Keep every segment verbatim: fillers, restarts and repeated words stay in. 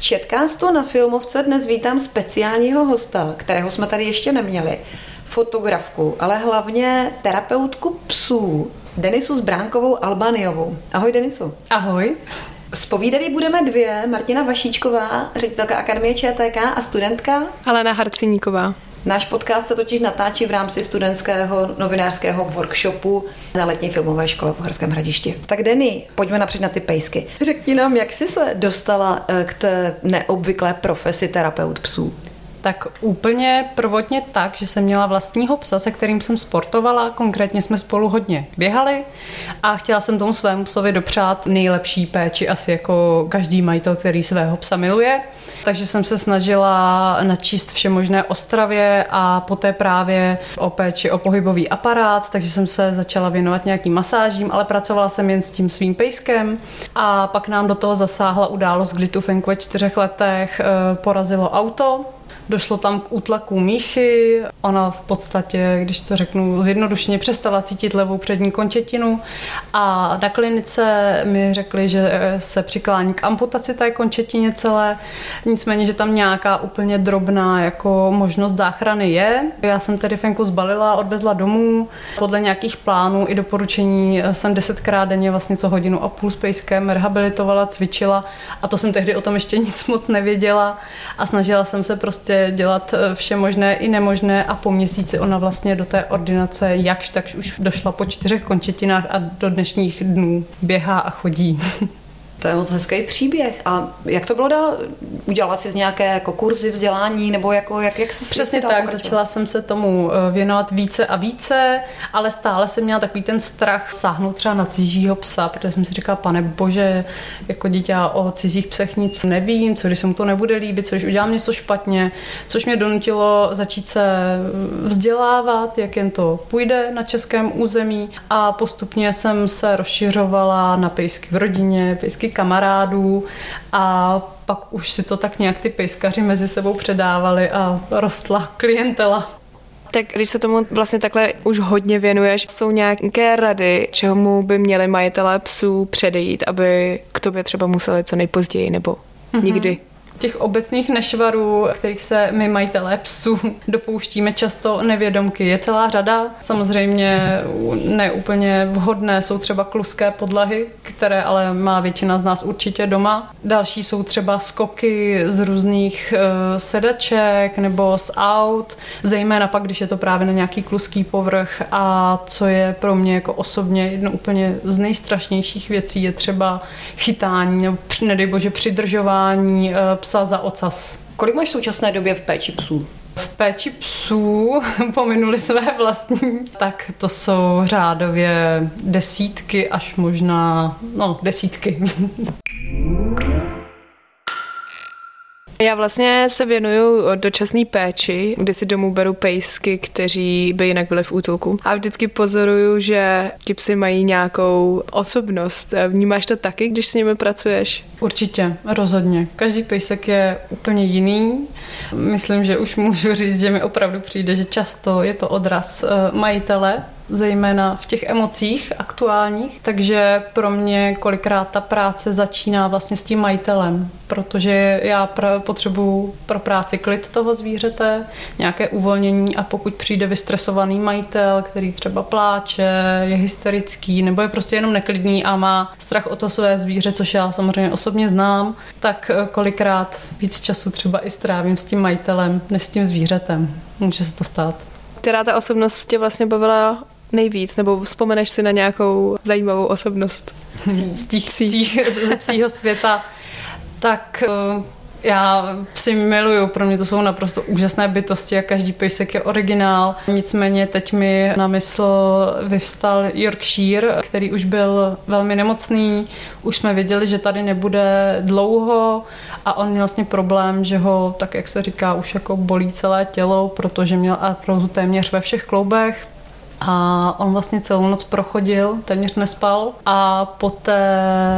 Chatcastu na Filmovce dnes vítám speciálního hosta, kterého jsme tady ještě neměli. Fotografku, ale hlavně terapeutku psů, Denisu Zbránkovou Albaniovou. Ahoj, Denisu. Ahoj. Zpovídaví budeme dvě, Martina Vašíčková, ředitelka Akademie ČTK a studentka Alena Harciníková. Náš podcast se totiž natáčí v rámci studentského novinářského workshopu na letní filmové škole v Uherském Hradišti. Tak Deni, pojďme napřed na ty pejsky. Řekni nám, jak jsi se dostala k té neobvyklé profesi terapeut psů? Tak úplně prvotně tak, že jsem měla vlastního psa, se kterým jsem sportovala, konkrétně jsme spolu hodně běhali a chtěla jsem tomu svému psovi dopřát nejlepší péči, asi jako každý majitel, který svého psa miluje. Takže jsem se snažila načíst vše možné o stravě a poté právě o péči o pohybový aparát, takže jsem se začala věnovat nějakým masážím, ale pracovala jsem jen s tím svým pejskem a pak nám do toho zasáhla událost, kdy tu Fenku ve čtyřech letech porazilo auto. Došlo tam k útlaku míchy, ona v podstatě, když to řeknu zjednodušeně, přestala cítit levou přední končetinu a na klinice mi řekli, že se přiklání k amputaci té končetině celé, nicméně, že tam nějaká úplně drobná jako možnost záchrany je. Já jsem tedy Fenku zbalila, odvezla domů, podle nějakých plánů i doporučení jsem desetkrát denně vlastně co hodinu a půl s pejskem rehabilitovala, cvičila a to jsem tehdy o tom ještě nic moc nevěděla a snažila jsem se prostě dělat vše možné i nemožné a po měsíci ona vlastně do té ordinace jakž takž už došla po čtyřech končetinách a do dnešních dnů běhá a chodí. To je moc hezký příběh. A jak to bylo dál? Udělala jsi z nějaké jako kurzy vzdělání nebo jako, jak, jak se Přesně tak, pokračovat? Začala jsem se tomu věnovat více a více, ale stále jsem měla takový ten strach sáhnout třeba na cizího psa, protože jsem si říkala, pane bože, jako dítě o cizích psech nic nevím, co když se mu to nebude líbit, co když udělám něco špatně, což mě donutilo začít se vzdělávat, jak jen to půjde na českém území a postupně jsem se rozšiřovala na pejsky v rodině, pejsky kamarádů a pak už si to tak nějak ty pejskaři mezi sebou předávali a rostla klientela. Tak když se tomu vlastně takhle už hodně věnuješ, jsou nějaké rady, čemu by měli majitelé psů předejít, aby k tobě třeba museli co nejpozději nebo mm-hmm. nikdy? Těch obecných nešvarů, kterých se my majitelé psů dopouštíme často nevědomky, je celá řada. Samozřejmě neúplně vhodné jsou třeba kluské podlahy, které ale má většina z nás určitě doma. Další jsou třeba skoky z různých uh, sedaček nebo z aut, zejména pak, když je to právě na nějaký kluský povrch a co je pro mě jako osobně jedno úplně z nejstrašnějších věcí je třeba chytání nebo nedej bože přidržování uh, psa za ocas. Kolik máš v současné době v péči psů? V péči psů pominuli své vlastní, tak to jsou řádově desítky až možná, no desítky. Já vlastně se věnuju dočasné péči, kdy si domů beru pejsky, kteří by jinak byli v útulku. A vždycky pozoruju, že ti psi mají nějakou osobnost. Vnímáš to taky, když s nimi pracuješ? Určitě, rozhodně. Každý pejsek je úplně jiný. Myslím, že už můžu říct, že mi opravdu přijde, že často je to odraz majitele, zejména v těch emocích aktuálních. Takže pro mě kolikrát ta práce začíná vlastně s tím majitelem, protože já pr- potřebuju pro práci klid toho zvířete, nějaké uvolnění a pokud přijde vystresovaný majitel, který třeba pláče, je hysterický nebo je prostě jenom neklidný a má strach o to své zvíře, což já samozřejmě osobně znám, tak kolikrát víc času třeba i strávím s tím majitelem, než s tím zvířetem. Může se to stát. Která ta osobnost tě vlastně bavila nejvíc, nebo vzpomeneš si na nějakou zajímavou osobnost? Z těch psích, ze psího světa. Tak já psi miluju, pro mě to jsou naprosto úžasné bytosti a každý pejsek je originál. Nicméně teď mi na mysl vyvstal Yorkshire, který už byl velmi nemocný. Už jsme věděli, že tady nebude dlouho a on měl vlastně problém, že ho, tak jak se říká, už jako bolí celé tělo, protože měl artrózu téměř ve všech kloubech. A on vlastně celou noc prochodil, téměř nespal a po té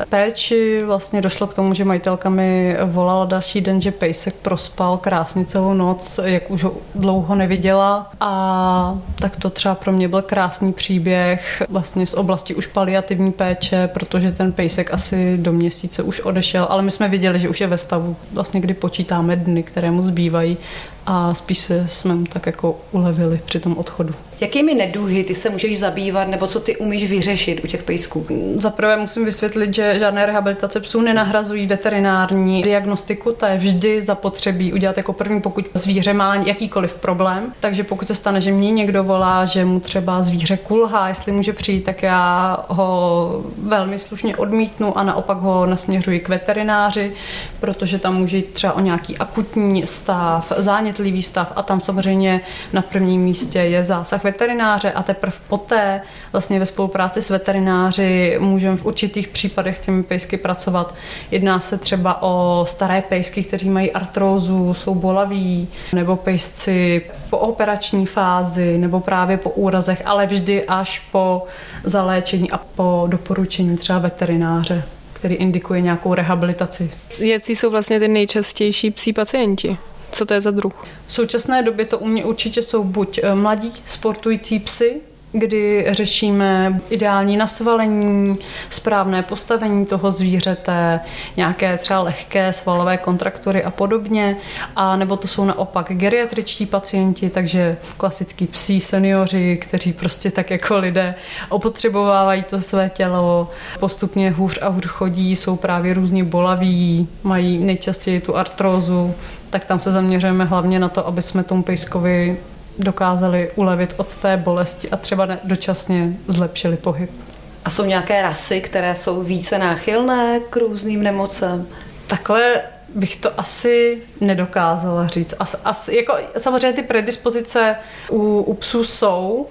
péči vlastně došlo k tomu, že majitelka mi volala další den, že pejsek prospal krásně celou noc, jak už ho dlouho neviděla, a tak to třeba pro mě byl krásný příběh vlastně z oblasti už paliativní péče, protože ten pejsek asi do měsíce už odešel, ale my jsme viděli, že už je ve stavu, vlastně kdy počítáme dny, které mu zbývají, a spíš se jsme mu tak jako ulevili při tom odchodu. Jakými neduhy ty se můžeš zabývat, nebo co ty umíš vyřešit u těch pejsků? Za prvé musím vysvětlit, že žádné rehabilitace psů nenahrazují veterinární diagnostiku, to je vždy zapotřebí udělat jako první, pokud zvíře má jakýkoliv problém. Takže pokud se stane, že mě někdo volá, že mu třeba zvíře kulhá, jestli může přijít, tak já ho velmi slušně odmítnu a naopak ho nasměřuji k veterináři, protože tam může jít třeba o nějaký akutní stav, zánětlivý stav, a tam samozřejmě na prvním místě je zásah veterináře, a teprve poté vlastně ve spolupráci s veterináři můžeme v určitých případech s těmi pejsky pracovat. Jedná se třeba o staré pejsky, kteří mají artrózu, jsou bolaví, nebo pejsci po operační fázi, nebo právě po úrazech, ale vždy až po zaléčení a po doporučení třeba veterináře, který indikuje nějakou rehabilitaci. Jací jsou vlastně ty nejčastější psí pacienti? Co to je za druh? V současné době to u mě určitě jsou buď mladí sportující psy, kdy řešíme ideální nasvalení, správné postavení toho zvířete, nějaké třeba lehké svalové kontraktury a podobně, a nebo to jsou naopak geriatričtí pacienti, takže klasický psí seniori, kteří prostě tak jako lidé opotřebovávají to své tělo, postupně hůř a hůř chodí, jsou právě různě bolaví, mají nejčastěji tu artrózu, tak tam se zaměřujeme hlavně na to, aby jsme tomu pejskovi dokázali ulevit od té bolesti a třeba dočasně zlepšili pohyb. A jsou nějaké rasy, které jsou více náchylné k různým nemocem? Takhle bych to asi nedokázala říct. As, as, jako, samozřejmě ty predispozice u, u psů jsou,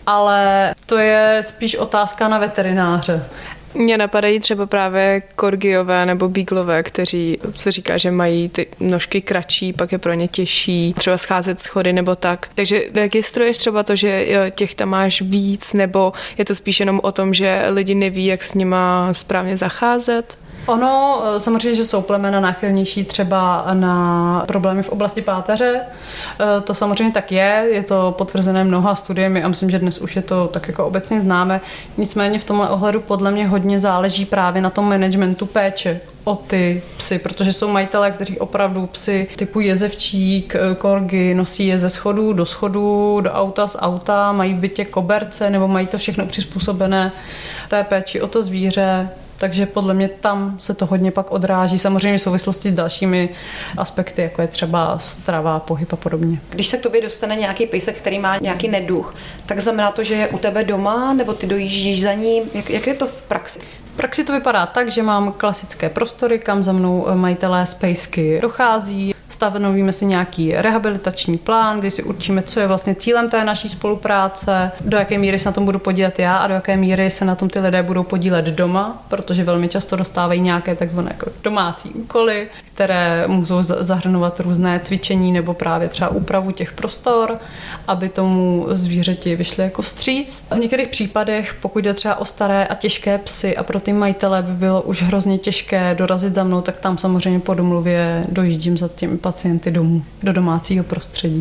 ale to je spíš otázka na veterináře. Mně napadají třeba právě korgiové nebo beaglové, kteří se říká, že mají ty nožky kratší, pak je pro ně těžší třeba scházet schody nebo tak. Takže registruješ třeba to, že těch tam máš víc, nebo je to spíš jenom o tom, že lidi neví, jak s nima správně zacházet? Ono, samozřejmě, že jsou plemena náchylnější třeba na problémy v oblasti páteře. To samozřejmě tak je, je to potvrzené mnoha studiemi a myslím, že dnes už je to tak jako obecně známe. Nicméně v tomhle ohledu podle mě hodně záleží právě na tom managementu péče o ty psy, protože jsou majitelé, kteří opravdu psy typu jezevčík, korgi nosí je ze schodů do schodů, do auta z auta, mají v bytě koberce nebo mají to všechno přizpůsobené té péči o to zvíře. Takže podle mě tam se to hodně pak odráží. Samozřejmě v souvislosti s dalšími aspekty, jako je třeba strava, pohyb a podobně. Když se k tobě dostane nějaký pejsek, který má nějaký neduch, tak znamená to, že je u tebe doma, nebo ty dojíždíš za ním? Jak, jak je to v praxi? V praxi to vypadá tak, že mám klasické prostory, kam za mnou majitelé z pejsky dochází. Stanovíme si nějaký rehabilitační plán, kdy si určíme, co je vlastně cílem té naší spolupráce, do jaké míry se na tom budu podílet já a do jaké míry se na tom ty lidé budou podílet doma, protože velmi často dostávají nějaké takzvané jako domácí úkoly, které můžou zahrnovat různé cvičení nebo právě třeba úpravu těch prostor, aby tomu zvířeti vyšli jako vstříc. V některých případech, pokud jde třeba o staré a těžké psy a pro ty majitele by bylo už hrozně těžké dorazit za mnou, tak tam samozřejmě po domluvě dojíždím za těmi pacienty domů, do domácího prostředí.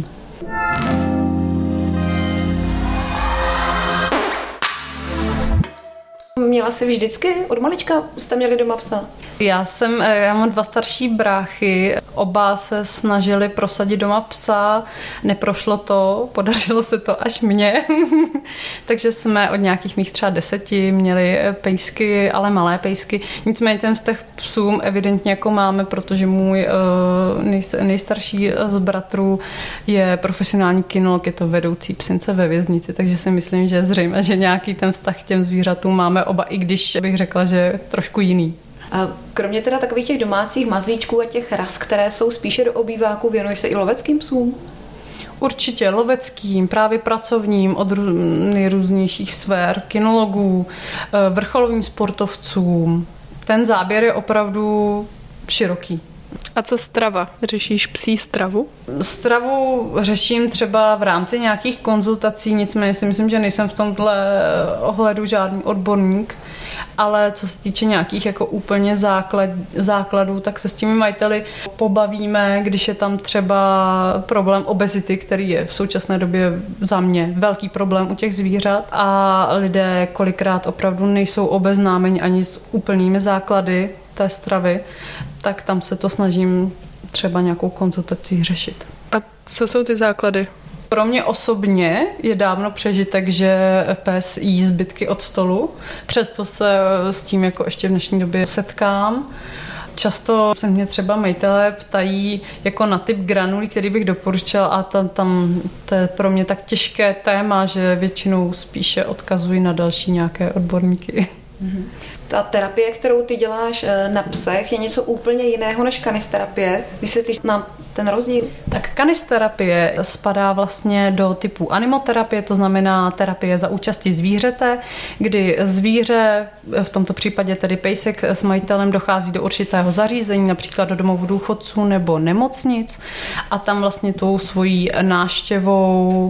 Měla jsi vždycky od malička, jste měli doma psa? Já jsem, já mám dva starší bráchy, oba se snažili prosadit doma psa, neprošlo to, podařilo se to až mně, takže jsme od nějakých mých třeba deseti měli pejsky, ale malé pejsky, nicméně ten vztah psům evidentně jako máme, protože můj nejstarší z bratrů je profesionální kinolog, je to vedoucí psince ve věznici, takže si myslím, že je zřejmé, že nějaký ten vztah k těm zvířatům máme oba, i když bych řekla, že trošku jiný. A kromě teda takových těch domácích mazlíčků a těch ras, které jsou spíše do obýváku, věnuješ se i loveckým psům? Určitě loveckým, právě pracovním od nejrůznějších sfér, kinologů, vrcholovým sportovcům. Ten záběr je opravdu široký. A co strava? Řešíš psí stravu? Stravu řeším třeba v rámci nějakých konzultací, nicméně si myslím, že nejsem v tomhle ohledu žádný odborník, ale co se týče nějakých jako úplně základ, základů, tak se s těmi majiteli pobavíme, když je tam třeba problém obezity, který je v současné době za mě velký problém u těch zvířat a lidé kolikrát opravdu nejsou obeznámeni ani s úplnými základy té stravy, tak tam se to snažím třeba nějakou konzultací řešit. A co jsou ty základy? Pro mě osobně je dávno přežitek, že pes jí zbytky od stolu, přesto se s tím jako ještě v dnešní době setkám. Často se mě třeba majitelé ptají jako na typ granulí, který bych doporučila a tam, tam to je pro mě tak těžké téma, že většinou spíše odkazuji na další nějaké odborníky. Mm-hmm. Ta terapie, kterou ty děláš na psech, je něco úplně jiného než kanisterapie. Vysvětlíš nám ten rozdíl? Tak kanisterapie spadá vlastně do typu animoterapie, to znamená terapie za účastí zvířete, kdy zvíře, v tomto případě tedy pejsek s majitelem dochází do určitého zařízení, například do domovů důchodců nebo nemocnic a tam vlastně tou svojí návštěvou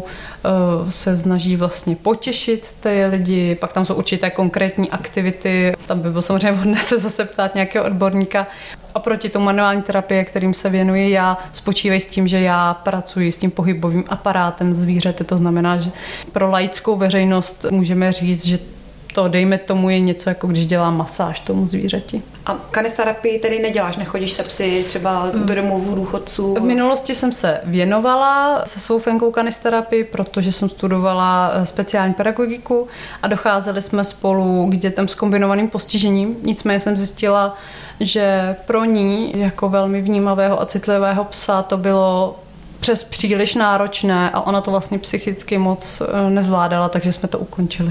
se snaží vlastně potěšit ty lidi, pak tam jsou určité konkrétní aktivity, tam by bylo samozřejmě vhodné se zase ptát nějakého odborníka. Oproti tomu manuální terapie, kterým se věnuji já, spočívají s tím, že já pracuji s tím pohybovým aparátem zvířete, to znamená, že pro laickou veřejnost můžeme říct, že to, dejme tomu, je něco, jako když dělám masáž tomu zvířeti. A kanisterapii tedy neděláš, nechodíš se psy třeba do domovů důchodců? V minulosti jsem se věnovala se svou Fenkou kanisterapii, protože jsem studovala speciální pedagogiku a docházeli jsme spolu k dětem s kombinovaným postižením. Nicméně jsem zjistila, že pro ní jako velmi vnímavého a citlivého psa to bylo přes příliš náročné a ona to vlastně psychicky moc nezvládala, takže jsme to ukončili.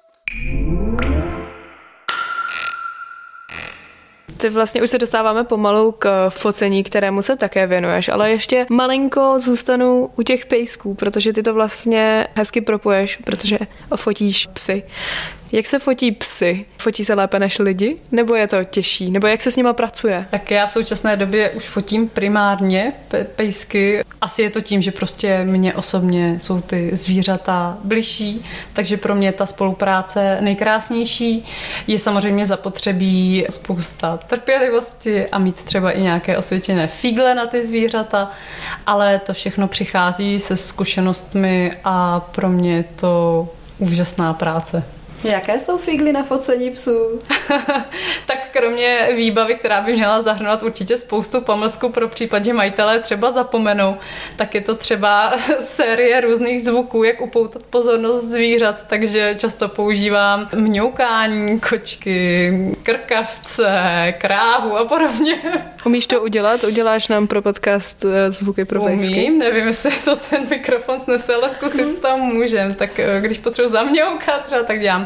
Ty vlastně už se dostáváme pomalu k focení, kterému se také věnuješ, ale ještě malinko zůstanu u těch pejsků, protože ty to vlastně hezky propoješ, protože fotíš psy. Jak se fotí psy? Fotí se lépe než lidi? Nebo je to těžší? Nebo jak se s nima pracuje? Tak já v současné době už fotím primárně pe- pejsky. Asi je to tím, že prostě mně osobně jsou ty zvířata bližší, takže pro mě ta spolupráce nejkrásnější. Je samozřejmě zapotřebí spousta trpělivosti a mít třeba i nějaké osvědčené figle na ty zvířata, ale to všechno přichází se zkušenostmi a pro mě je to úžasná práce. Jaké jsou figly na focení psů? Tak kromě výbavy, která by měla zahrnovat určitě spoustu pomlsku pro případ, že majitelé třeba zapomenou, tak je to třeba série různých zvuků, jak upoutat pozornost zvířat, takže často používám mňoukání, kočky, krkavce, krávu a podobně. Umíš to udělat? Uděláš nám pro podcast zvuky pro pejsky? Umím, nevím, jestli to ten mikrofon snese, ale zkusit tam můžem. Tak když potřebuji zamňoukat třeba, tak dělám.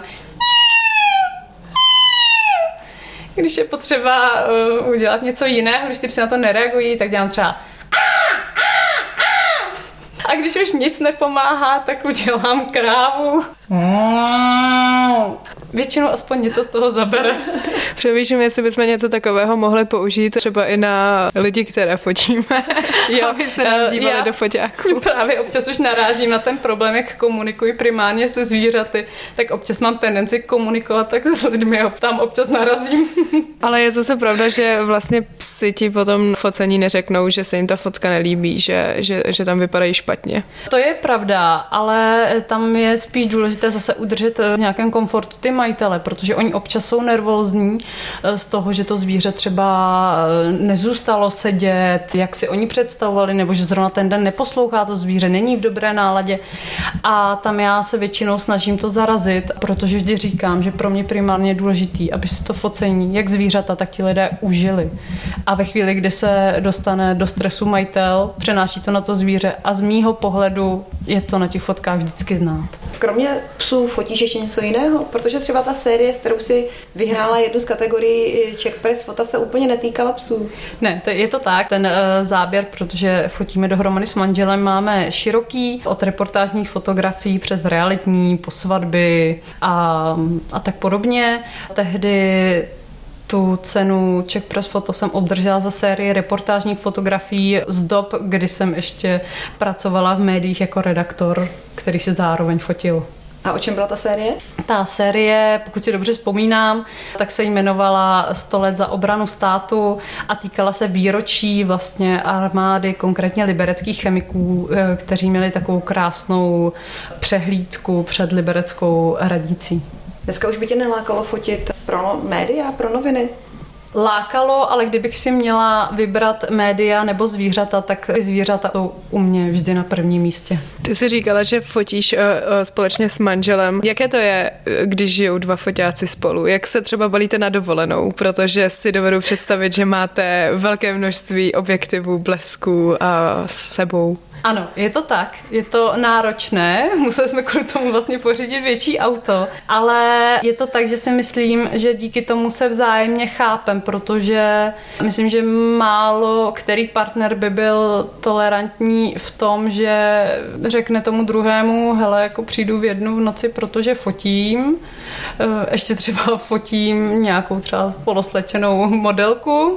Když je potřeba uh, udělat něco jiného, když ty psy na to nereagují, tak dělám třeba a když už nic nepomáhá, tak udělám krávu. Většinou aspoň něco z toho zabere. Přemýšlím, jestli bychom něco takového mohli použít třeba i na lidi, které fotíme, jo, aby se nám dívali do foťáků. Právě občas už narážím na ten problém, jak komunikuji primárně se zvířaty, tak občas mám tendenci komunikovat tak s lidmi, tam občas narazím. Ale je zase pravda, že vlastně psi ti potom focení neřeknou, že se jim ta fotka nelíbí, že, že, že tam vypadají špatně. To je pravda, ale tam je spíš důležité zase udržet v nějakém komfortu ty majitele, protože oni občas jsou nervózní z toho, že to zvíře třeba nezůstalo sedět, jak si oni představovali, nebo že zrovna ten den neposlouchá to zvíře, není v dobré náladě. A tam já se většinou snažím to zarazit, protože vždy říkám, že pro mě primárně je důležitý, aby si to focení, jak zvířata, tak ti lidé užili. A ve chvíli, kdy se dostane do stresu majitel, přenáší to na to zvíře a z mýho pohledu je to na těch fotkách vždycky znát. Kromě psů fotíš ještě něco jiného? Protože třeba ta série, s kterou si vyhrála jednu z kategorií Czech Press fota, se úplně netýkala psů. Ne, to je to tak. Ten uh, záběr, protože fotíme dohromady s manželem, máme široký, od reportážních fotografií přes realitní, po svatby a, a tak podobně. Tehdy Tu cenu Czech Press Photo jsem obdržela za sérii reportážních fotografií z dob, kdy jsem ještě pracovala v médiích jako redaktor, který se zároveň fotil. A o čem byla ta série? Ta série, pokud si dobře vzpomínám, tak se jmenovala sto let za obranu státu a týkala se výročí vlastně armády, konkrétně libereckých chemiků, kteří měli takovou krásnou přehlídku před libereckou radnicí. Dneska už by tě nelákalo fotit pro média, pro noviny? Lákalo, ale kdybych si měla vybrat média nebo zvířata, tak zvířata jsou u mě vždy na prvním místě. Ty jsi říkala, že fotíš uh, uh, společně s manželem. Jaké to je, když žijou dva foťáci spolu? Jak se třeba balíte na dovolenou? Protože si dovedu představit, že máte velké množství objektivů, blesků a s sebou. Ano, je to tak, je to náročné, museli jsme kvůli tomu vlastně pořídit větší auto, ale je to tak, že si myslím, že díky tomu se vzájemně chápem, protože myslím, že málo který partner by byl tolerantní v tom, že řekne tomu druhému, hele, jako přijdu v jednu v noci, protože fotím, ještě třeba fotím nějakou třeba poloslečenou modelku,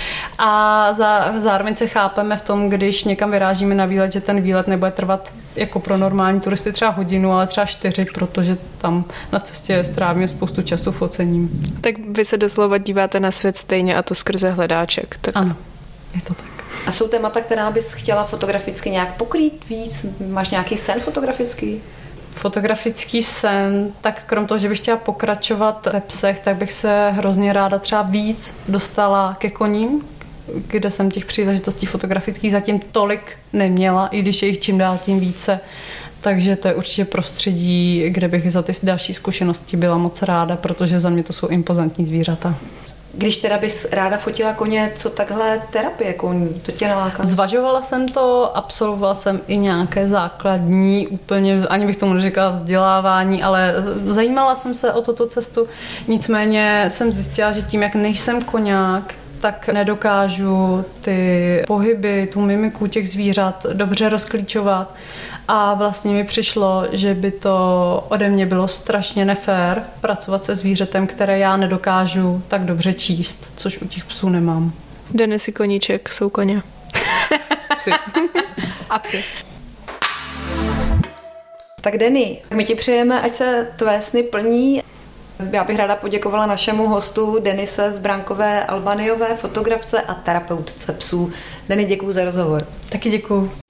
a za, zároveň se chápeme v tom, když někam vyrážíme na výlet, že ten výlet nebude trvat jako pro normální turisty třeba hodinu, ale třeba čtyři, protože tam na cestě strávíme spoustu času focením. Tak vy se doslova díváte na svět stejně a to skrze hledáček. Tak... Ano, je to tak. A jsou témata, která bys chtěla fotograficky nějak pokrýt víc? Máš nějaký sen fotografický? Fotografický sen, tak krom toho, že bych chtěla pokračovat ve psech, tak bych se hrozně ráda třeba víc dostala ke koním, kde jsem těch příležitostí fotografických zatím tolik neměla, i když je jich čím dál tím více. Takže to je určitě prostředí, kde bych za ty další zkušenosti byla moc ráda, protože za mě to jsou impozantní zvířata. Když teda bys ráda fotila koně, co takhle terapie koní? To tě naláká? Zvažovala jsem to, absolvovala jsem i nějaké základní, úplně, ani bych tomu neříkala vzdělávání, ale zajímala jsem se o tuto cestu. Nicméně jsem zjistila, že tím, jak nejsem koňák, tak nedokážu ty pohyby, tu mimiku těch zvířat dobře rozklíčovat. A vlastně mi přišlo, že by to ode mě bylo strašně nefér pracovat se zvířetem, které já nedokážu tak dobře číst, což u těch psů nemám. Denis i koníček jsou koně. Psi. A psi. Tak Denny, my ti přejeme, ať se tvé sny plní. Já bych ráda poděkovala našemu hostu Denise z Brankové Albaniové, fotografce a terapeutce psů. Denny, děkuju za rozhovor. Taky děkuju.